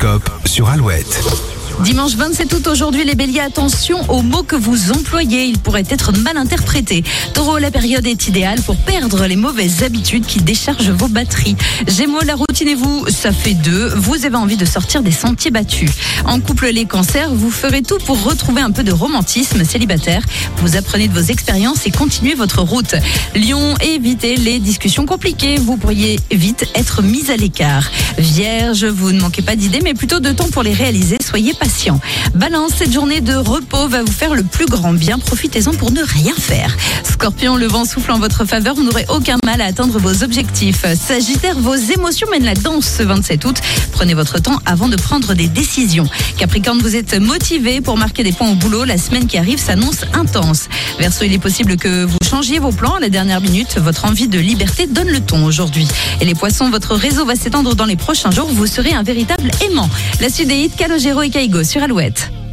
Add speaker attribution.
Speaker 1: l'horoscope sur Alouette.
Speaker 2: Dimanche 27 août, aujourd'hui, les béliers, attention aux mots que vous employez, ils pourraient être mal interprétés. Taureau, la période est idéale pour perdre les mauvaises habitudes qui déchargent vos batteries. Gémeaux, la routine et vous, ça fait deux, vous avez envie de sortir des sentiers battus. En couple, les cancers, vous ferez tout pour retrouver un peu de romantisme. Célibataire, vous apprenez de vos expériences et continuez votre route. Lion, évitez les discussions compliquées, vous pourriez vite être mis à l'écart. Vierge, vous ne manquez pas d'idées, mais plutôt de temps pour les réaliser, soyez patient. Balance, cette journée de repos va vous faire le plus grand bien, profitez-en pour ne rien faire. Scorpion, le vent souffle en votre faveur, vous n'aurez aucun mal à atteindre vos objectifs. Sagittaire, vos émotions mènent la danse ce 27 août, prenez votre temps avant de prendre des décisions. Capricorne, vous êtes motivé pour marquer des points au boulot, la semaine qui arrive s'annonce intense. Verseau, il est possible que vous changiez vos plans à la dernière minute, votre envie de liberté donne le ton aujourd'hui. Et les poissons, votre réseau va s'étendre dans les prochains jours, vous serez un véritable aimant. La suite des hits, Calogero et Kaigo sur Alouette.